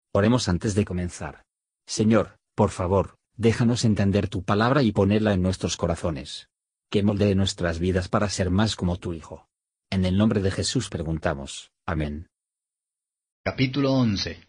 Oremos antes de comenzar. Señor, por favor, déjanos entender tu palabra y ponerla en nuestros corazones. Que moldee nuestras vidas para ser más como tu Hijo. En el nombre de Jesús preguntamos. Amén. Capítulo 11.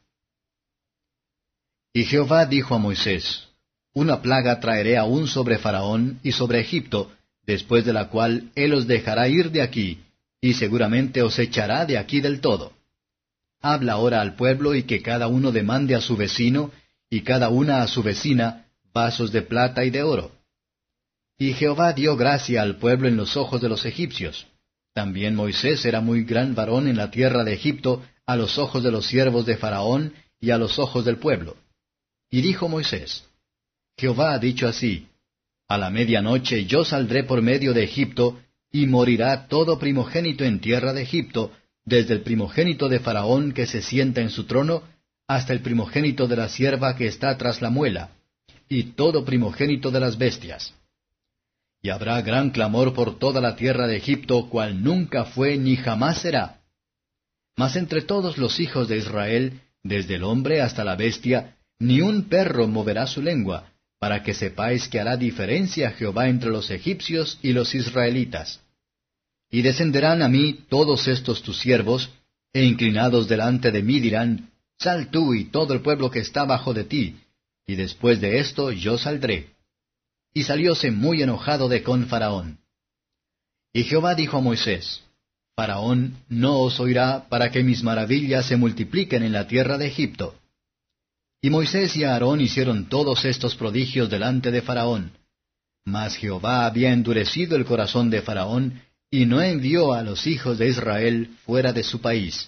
Y Jehová dijo a Moisés: Una plaga traeré aún sobre Faraón y sobre Egipto, después de la cual él os dejará ir de aquí, y seguramente os echará de aquí del todo. Habla ahora al pueblo y que cada uno demande a su vecino, y cada una a su vecina, vasos de plata y de oro. Y Jehová dio gracia al pueblo en los ojos de los egipcios. También Moisés era muy gran varón en la tierra de Egipto, a los ojos de los siervos de Faraón y a los ojos del pueblo. Y dijo Moisés: Jehová ha dicho así: A la medianoche yo saldré por medio de Egipto, y morirá todo primogénito en tierra de Egipto, desde el primogénito de Faraón que se sienta en su trono, hasta el primogénito de la sierva que está tras la muela, y todo primogénito de las bestias. Y habrá gran clamor por toda la tierra de Egipto, cual nunca fue ni jamás será. Mas entre todos los hijos de Israel, desde el hombre hasta la bestia, ni un perro moverá su lengua, para que sepáis que hará diferencia Jehová entre los egipcios y los israelitas. Y descenderán a mí todos estos tus siervos, e inclinados delante de mí dirán: Sal tú y todo el pueblo que está bajo de ti, y después de esto yo saldré. Y salióse muy enojado de con Faraón. Y Jehová dijo a Moisés: Faraón no os oirá para que mis maravillas se multipliquen en la tierra de Egipto. Y Moisés y Aarón hicieron todos estos prodigios delante de Faraón. Mas Jehová había endurecido el corazón de Faraón, y no envió a los hijos de Israel fuera de su país.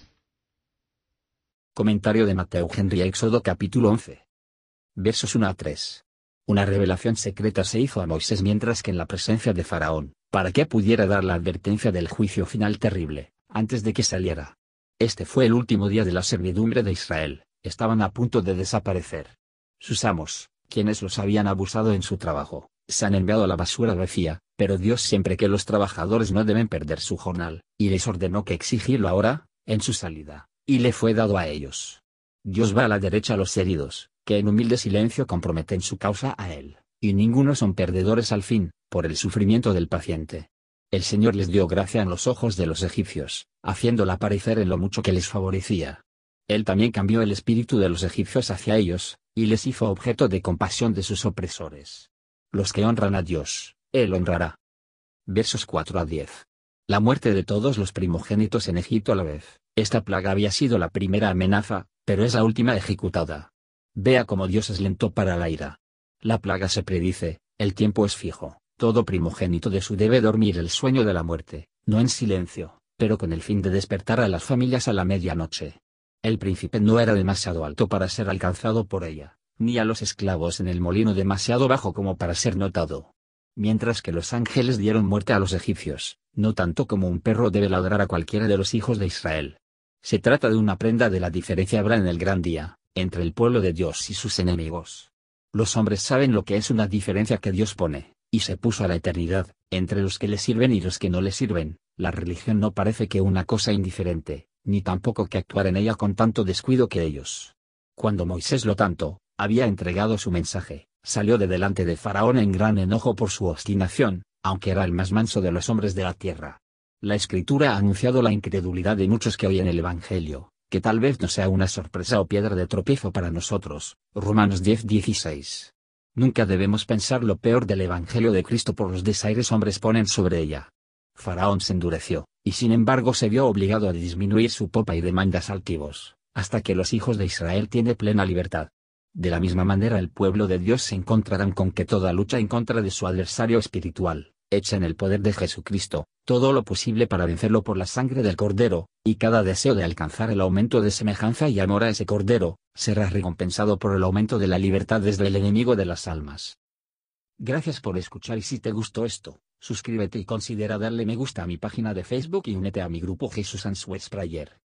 Comentario de Mateo Henry a Éxodo capítulo 11. Versos 1 a 3. Una revelación secreta se hizo a Moisés mientras que en la presencia de Faraón, para que pudiera dar la advertencia del juicio final terrible, antes de que saliera. Este fue el último día de la servidumbre de Israel, estaban a punto de desaparecer. Sus amos, quienes los habían abusado en su trabajo, se han enviado a la basura vacía, pero Dios siempre que los trabajadores no deben perder su jornal, y les ordenó que exigirlo ahora, en su salida, y le fue dado a ellos. Dios va a la derecha a los heridos, que en humilde silencio comprometen su causa a Él, y ninguno son perdedores al fin, por el sufrimiento del paciente. El Señor les dio gracia en los ojos de los egipcios, haciéndola parecer en lo mucho que les favorecía. Él también cambió el espíritu de los egipcios hacia ellos, y les hizo objeto de compasión de sus opresores. Los que honran a Dios, Él honrará. Versos 4 a 10. La muerte de todos los primogénitos en Egipto a la vez. Esta plaga había sido la primera amenaza, pero es la última ejecutada. Vea cómo Dios es lento para la ira. La plaga se predice, el tiempo es fijo, todo primogénito de su debe dormir el sueño de la muerte, no en silencio, pero con el fin de despertar a las familias a la medianoche. El príncipe no era demasiado alto para ser alcanzado por ella, ni a los esclavos en el molino demasiado bajo como para ser notado. Mientras que los ángeles dieron muerte a los egipcios, no tanto como un perro debe ladrar a cualquiera de los hijos de Israel. Se trata de una prenda de la diferencia habrá en el gran día, entre el pueblo de Dios y sus enemigos. Los hombres saben lo que es una diferencia que Dios pone, y se puso a la eternidad, entre los que le sirven y los que no le sirven. La religión no parece que una cosa indiferente, ni tampoco que actuar en ella con tanto descuido que ellos. Cuando Moisés lo tanto, había entregado su mensaje, salió de delante de Faraón en gran enojo por su obstinación, aunque era el más manso de los hombres de la tierra. La Escritura ha anunciado la incredulidad de muchos que oyen el Evangelio, que tal vez no sea una sorpresa o piedra de tropiezo para nosotros. Romanos 10:16. Nunca debemos pensar lo peor del Evangelio de Cristo por los desaires hombres ponen sobre ella. Faraón se endureció, y sin embargo se vio obligado a disminuir su popa y demandas altivos, hasta que los hijos de Israel tienen plena libertad. De la misma manera el pueblo de Dios se encontrarán con que toda lucha en contra de su adversario espiritual, hecha en el poder de Jesucristo, todo lo posible para vencerlo por la sangre del Cordero, y cada deseo de alcanzar el aumento de semejanza y amor a ese Cordero, será recompensado por el aumento de la libertad desde el enemigo de las almas. Gracias por escuchar y si te gustó esto, suscríbete y considera darle me gusta a mi página de Facebook y únete a mi grupo Jesús Answers Prayer.